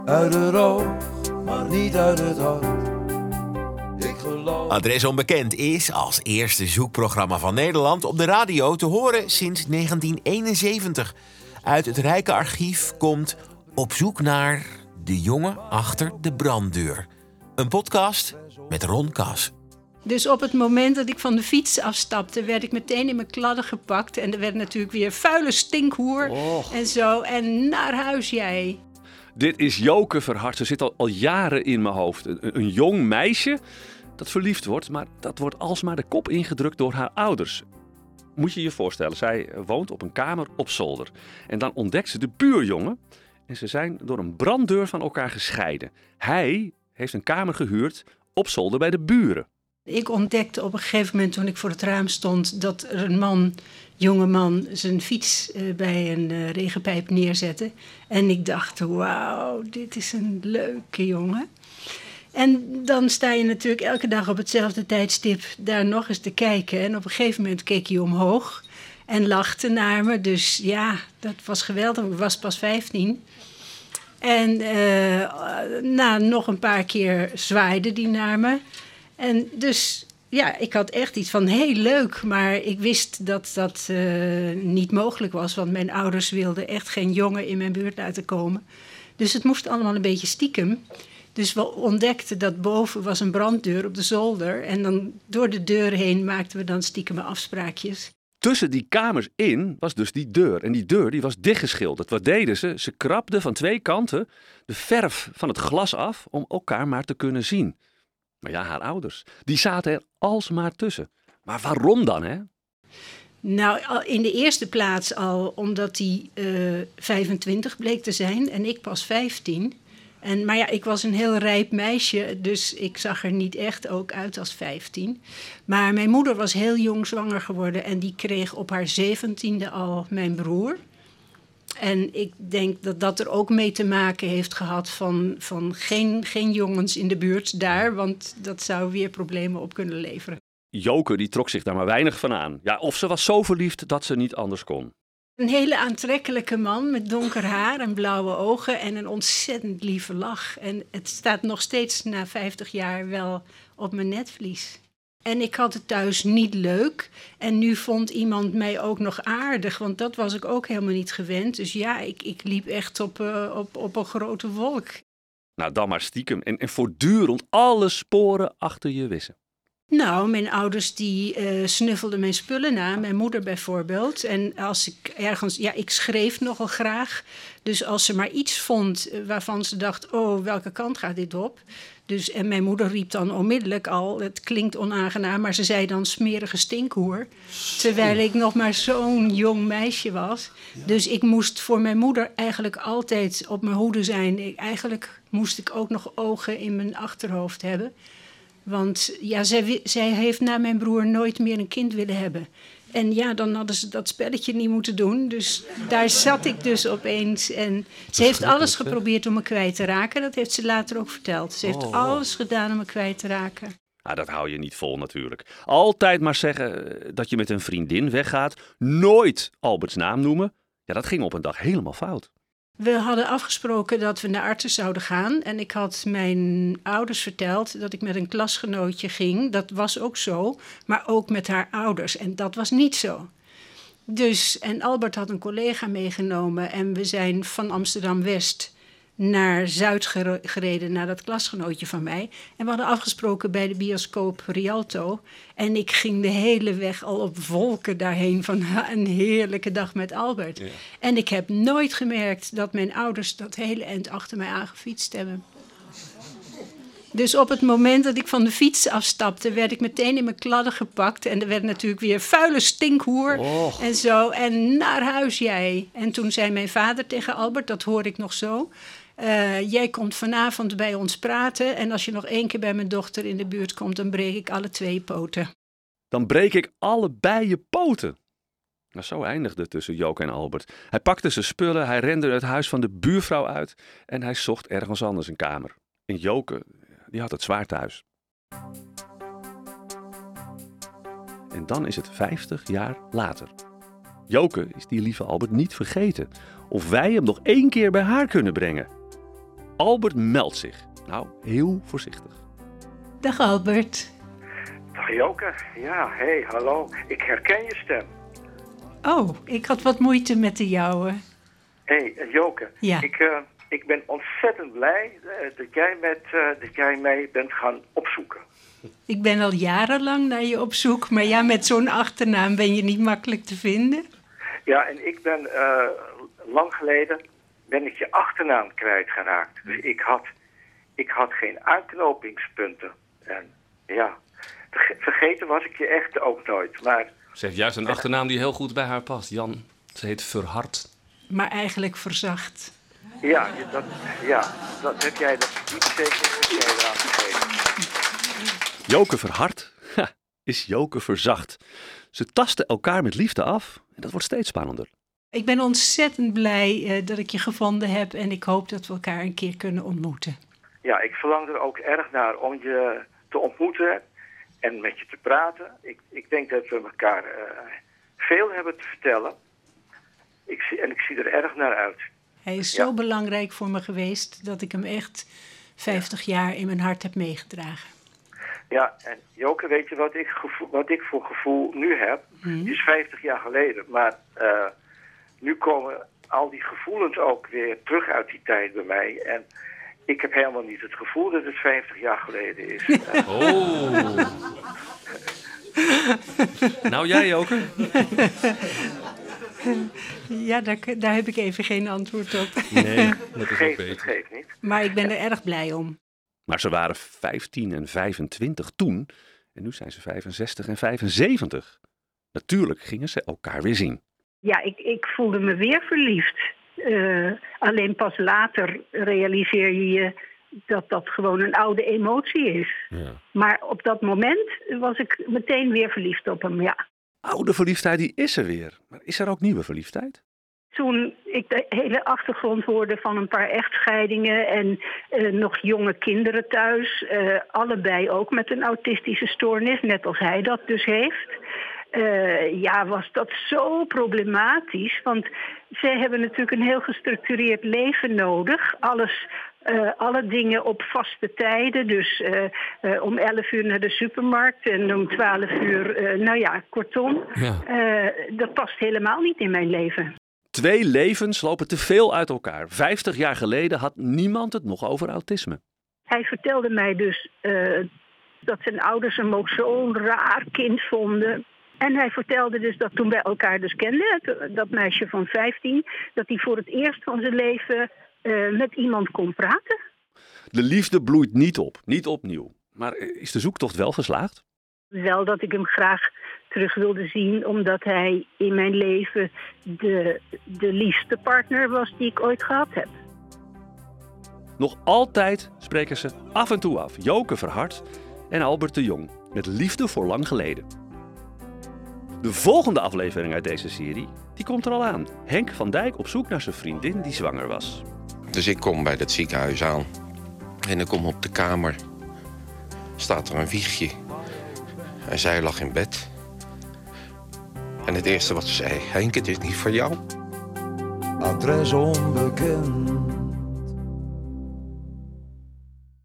Uit het oog, maar niet uit het hart. Ik geloof... Adres Onbekend is als eerste zoekprogramma van Nederland op de radio te horen sinds 1971. Uit het rijke archief komt Op zoek naar de jongen achter de branddeur. Een podcast met Ron Kas. Dus op het moment dat ik van de fiets afstapte, werd ik meteen in mijn kladden gepakt. En er werd natuurlijk weer vuile stinkhoer en zo. En naar huis jij. Dit is Joke Verhart. Ze zit al jaren in mijn hoofd. Een jong meisje dat verliefd wordt, maar dat wordt alsmaar de kop ingedrukt door haar ouders. Moet je je voorstellen, zij woont op een kamer op zolder. En dan ontdekt ze de buurjongen. En ze zijn door een branddeur van elkaar gescheiden. Hij heeft een kamer gehuurd op zolder bij de buren. Ik ontdekte op een gegeven moment toen ik voor het raam stond dat er een jonge man, zijn fiets bij een regenpijp neerzette. En ik dacht, wauw, dit is een leuke jongen. En dan sta je natuurlijk elke dag op hetzelfde tijdstip daar nog eens te kijken. En op een gegeven moment keek hij omhoog en lachte naar me. Dus ja, dat was geweldig. Ik was pas 15. En nog een paar keer zwaaide hij naar me. En dus, ja, ik had echt iets van heel leuk. Maar ik wist dat dat niet mogelijk was. Want mijn ouders wilden echt geen jongen in mijn buurt laten komen. Dus het moest allemaal een beetje stiekem. Dus we ontdekten dat boven was een branddeur op de zolder. En dan door de deur heen maakten we dan stiekem afspraakjes. Tussen die kamers in was dus die deur. En die deur die was dichtgeschilderd. Wat deden ze? Ze krabden van twee kanten de verf van het glas af om elkaar maar te kunnen zien. Maar ja, haar ouders, die zaten er alsmaar tussen. Maar waarom dan, hè? Nou, in de eerste plaats al omdat hij 25 bleek te zijn en ik pas 15. Maar ja, ik was een heel rijp meisje, dus ik zag er niet echt ook uit als 15. Maar mijn moeder was heel jong zwanger geworden en die kreeg op haar 17e al mijn broer. En ik denk dat dat er ook mee te maken heeft gehad van geen jongens in de buurt daar, want dat zou weer problemen op kunnen leveren. Joke die trok zich daar maar weinig van aan. Ja, of ze was zo verliefd dat ze niet anders kon. Een hele aantrekkelijke man met donker haar en blauwe ogen en een ontzettend lieve lach. En het staat nog steeds na 50 jaar wel op mijn netvlies. En ik had het thuis niet leuk. En nu vond iemand mij ook nog aardig, want dat was ik ook helemaal niet gewend. Dus ja, ik liep echt op een grote wolk. Nou, dan maar stiekem en voortdurend alle sporen achter je wissen. Nou, mijn ouders die snuffelden mijn spullen na, mijn moeder bijvoorbeeld. En als ik ergens, ja, ik schreef nogal graag. Dus als ze maar iets vond waarvan ze dacht, oh, welke kant gaat dit op? Dus, en mijn moeder riep dan onmiddellijk al, het klinkt onaangenaam, maar ze zei dan smerige stinkhoer. Terwijl ik nog maar zo'n jong meisje was. Dus ik moest voor mijn moeder eigenlijk altijd op mijn hoede zijn. Eigenlijk moest ik ook nog ogen in mijn achterhoofd hebben. Want ja, zij heeft na mijn broer nooit meer een kind willen hebben. En ja, dan hadden ze dat spelletje niet moeten doen. Dus daar zat ik dus opeens. En ze heeft alles geprobeerd om me kwijt te raken. Dat heeft ze later ook verteld. Ze heeft alles gedaan om me kwijt te raken. Nou, dat hou je niet vol natuurlijk. Altijd maar zeggen dat je met een vriendin weggaat. Nooit Alberts naam noemen. Ja, dat ging op een dag helemaal fout. We hadden afgesproken dat we naar Artes zouden gaan. En ik had mijn ouders verteld dat ik met een klasgenootje ging. Dat was ook zo, maar ook met haar ouders. En dat was niet zo. Dus, en Albert had een collega meegenomen. En we zijn van Amsterdam-West naar Zuid gereden, naar dat klasgenootje van mij. En we hadden afgesproken bij de bioscoop Rialto. En ik ging de hele weg al op wolken daarheen van een heerlijke dag met Albert. Ja. En ik heb nooit gemerkt dat mijn ouders dat hele eind achter mij aangefietst hebben. Dus op het moment dat ik van de fiets afstapte, werd ik meteen in mijn kladden gepakt. En er werd natuurlijk weer vuile stinkhoer en zo. En naar huis jij. En toen zei mijn vader tegen Albert, dat hoor ik nog zo. Jij komt vanavond bij ons praten. En als je nog 1 keer bij mijn dochter in de buurt komt, dan breek ik alle 2 poten. Dan breek ik allebei je poten. Nou, zo eindigde het tussen Joke en Albert. Hij pakte zijn spullen, hij rende het huis van de buurvrouw uit. En hij zocht ergens anders een kamer. En Joke, die had het zwaar thuis. En dan is het 50 jaar later. Joke is die lieve Albert niet vergeten. Of wij hem nog 1 keer bij haar kunnen brengen. Albert meldt zich. Nou, heel voorzichtig. Dag Albert. Dag Joke. Ja, hey, hallo. Ik herken je stem. Oh, ik had wat moeite met de jouwe. Hey, Joke. Ja. Ik ben ontzettend blij dat jij mij bent gaan opzoeken. Ik ben al jarenlang naar je op zoek, maar ja, met zo'n achternaam ben je niet makkelijk te vinden. Ja, en ik ben lang geleden ben ik je achternaam kwijtgeraakt. Dus ik had geen aanknopingspunten. En ja, vergeten was ik je echt ook nooit. Maar Ze heeft juist een achternaam die heel goed bij haar past. Jan, ze heet Verhard. Maar eigenlijk verzacht. ja, dat heb jij dat niet zeker eraan gegeven. Joke Verhard is Joke Verzacht. Ze tasten elkaar met liefde af en dat wordt steeds spannender. Ik ben ontzettend blij dat ik je gevonden heb en ik hoop dat we elkaar een keer kunnen ontmoeten. Ja, ik verlang er ook erg naar om je te ontmoeten en met je te praten. Ik denk dat we elkaar veel hebben te vertellen. Ik zie er erg naar uit. Hij is zo belangrijk voor me geweest dat ik hem echt 50 jaar in mijn hart heb meegedragen. Ja, en Joke, weet je wat ik voor gevoel nu heb? Het is 50 jaar geleden, maar nu komen al die gevoelens ook weer terug uit die tijd bij mij. En ik heb helemaal niet het gevoel dat het 50 jaar geleden is. Oh. Nou, jij Joke? Ja, daar heb ik even geen antwoord op. Nee, dat is ook Dat geeft niet. Maar ik ben er erg blij om. Maar ze waren 15 en 25 toen. En nu zijn ze 65 en 75. Natuurlijk gingen ze elkaar weer zien. Ja, ik voelde me weer verliefd. Alleen pas later realiseer je dat dat gewoon een oude emotie is. Ja. Maar op dat moment was ik meteen weer verliefd op hem, ja. Oude verliefdheid, die is er weer. Maar is er ook nieuwe verliefdheid? Toen ik de hele achtergrond hoorde van een paar echtscheidingen en nog jonge kinderen thuis, allebei ook met een autistische stoornis, net als hij dat dus heeft, was dat zo problematisch. Want zij hebben natuurlijk een heel gestructureerd leven nodig. Alle dingen op vaste tijden. Dus om 11 uur naar de supermarkt en om 12 uur, kortom. Ja. Dat past helemaal niet in mijn leven. 2 levens lopen te veel uit elkaar. 50 jaar geleden had niemand het nog over autisme. Hij vertelde mij dus dat zijn ouders hem ook zo'n raar kind vonden. En hij vertelde dus dat toen wij elkaar dus kenden, dat meisje van 15, dat hij voor het eerst van zijn leven met iemand kon praten. De liefde bloeit niet op, niet opnieuw. Maar is de zoektocht wel geslaagd? Wel dat ik hem graag terug wilde zien, omdat hij in mijn leven de liefste partner was die ik ooit gehad heb. Nog altijd spreken ze af en toe af. Joke Verhard en Albert de Jong. Met liefde voor lang geleden. De volgende aflevering uit deze serie, die komt er al aan. Henk van Dijk op zoek naar zijn vriendin die zwanger was. Dus ik kom bij het ziekenhuis aan. En ik kom op de kamer. Staat er een wiegje. En zij lag in bed. En het eerste wat ze zei: Henk, het is niet voor jou. Adres onbekend.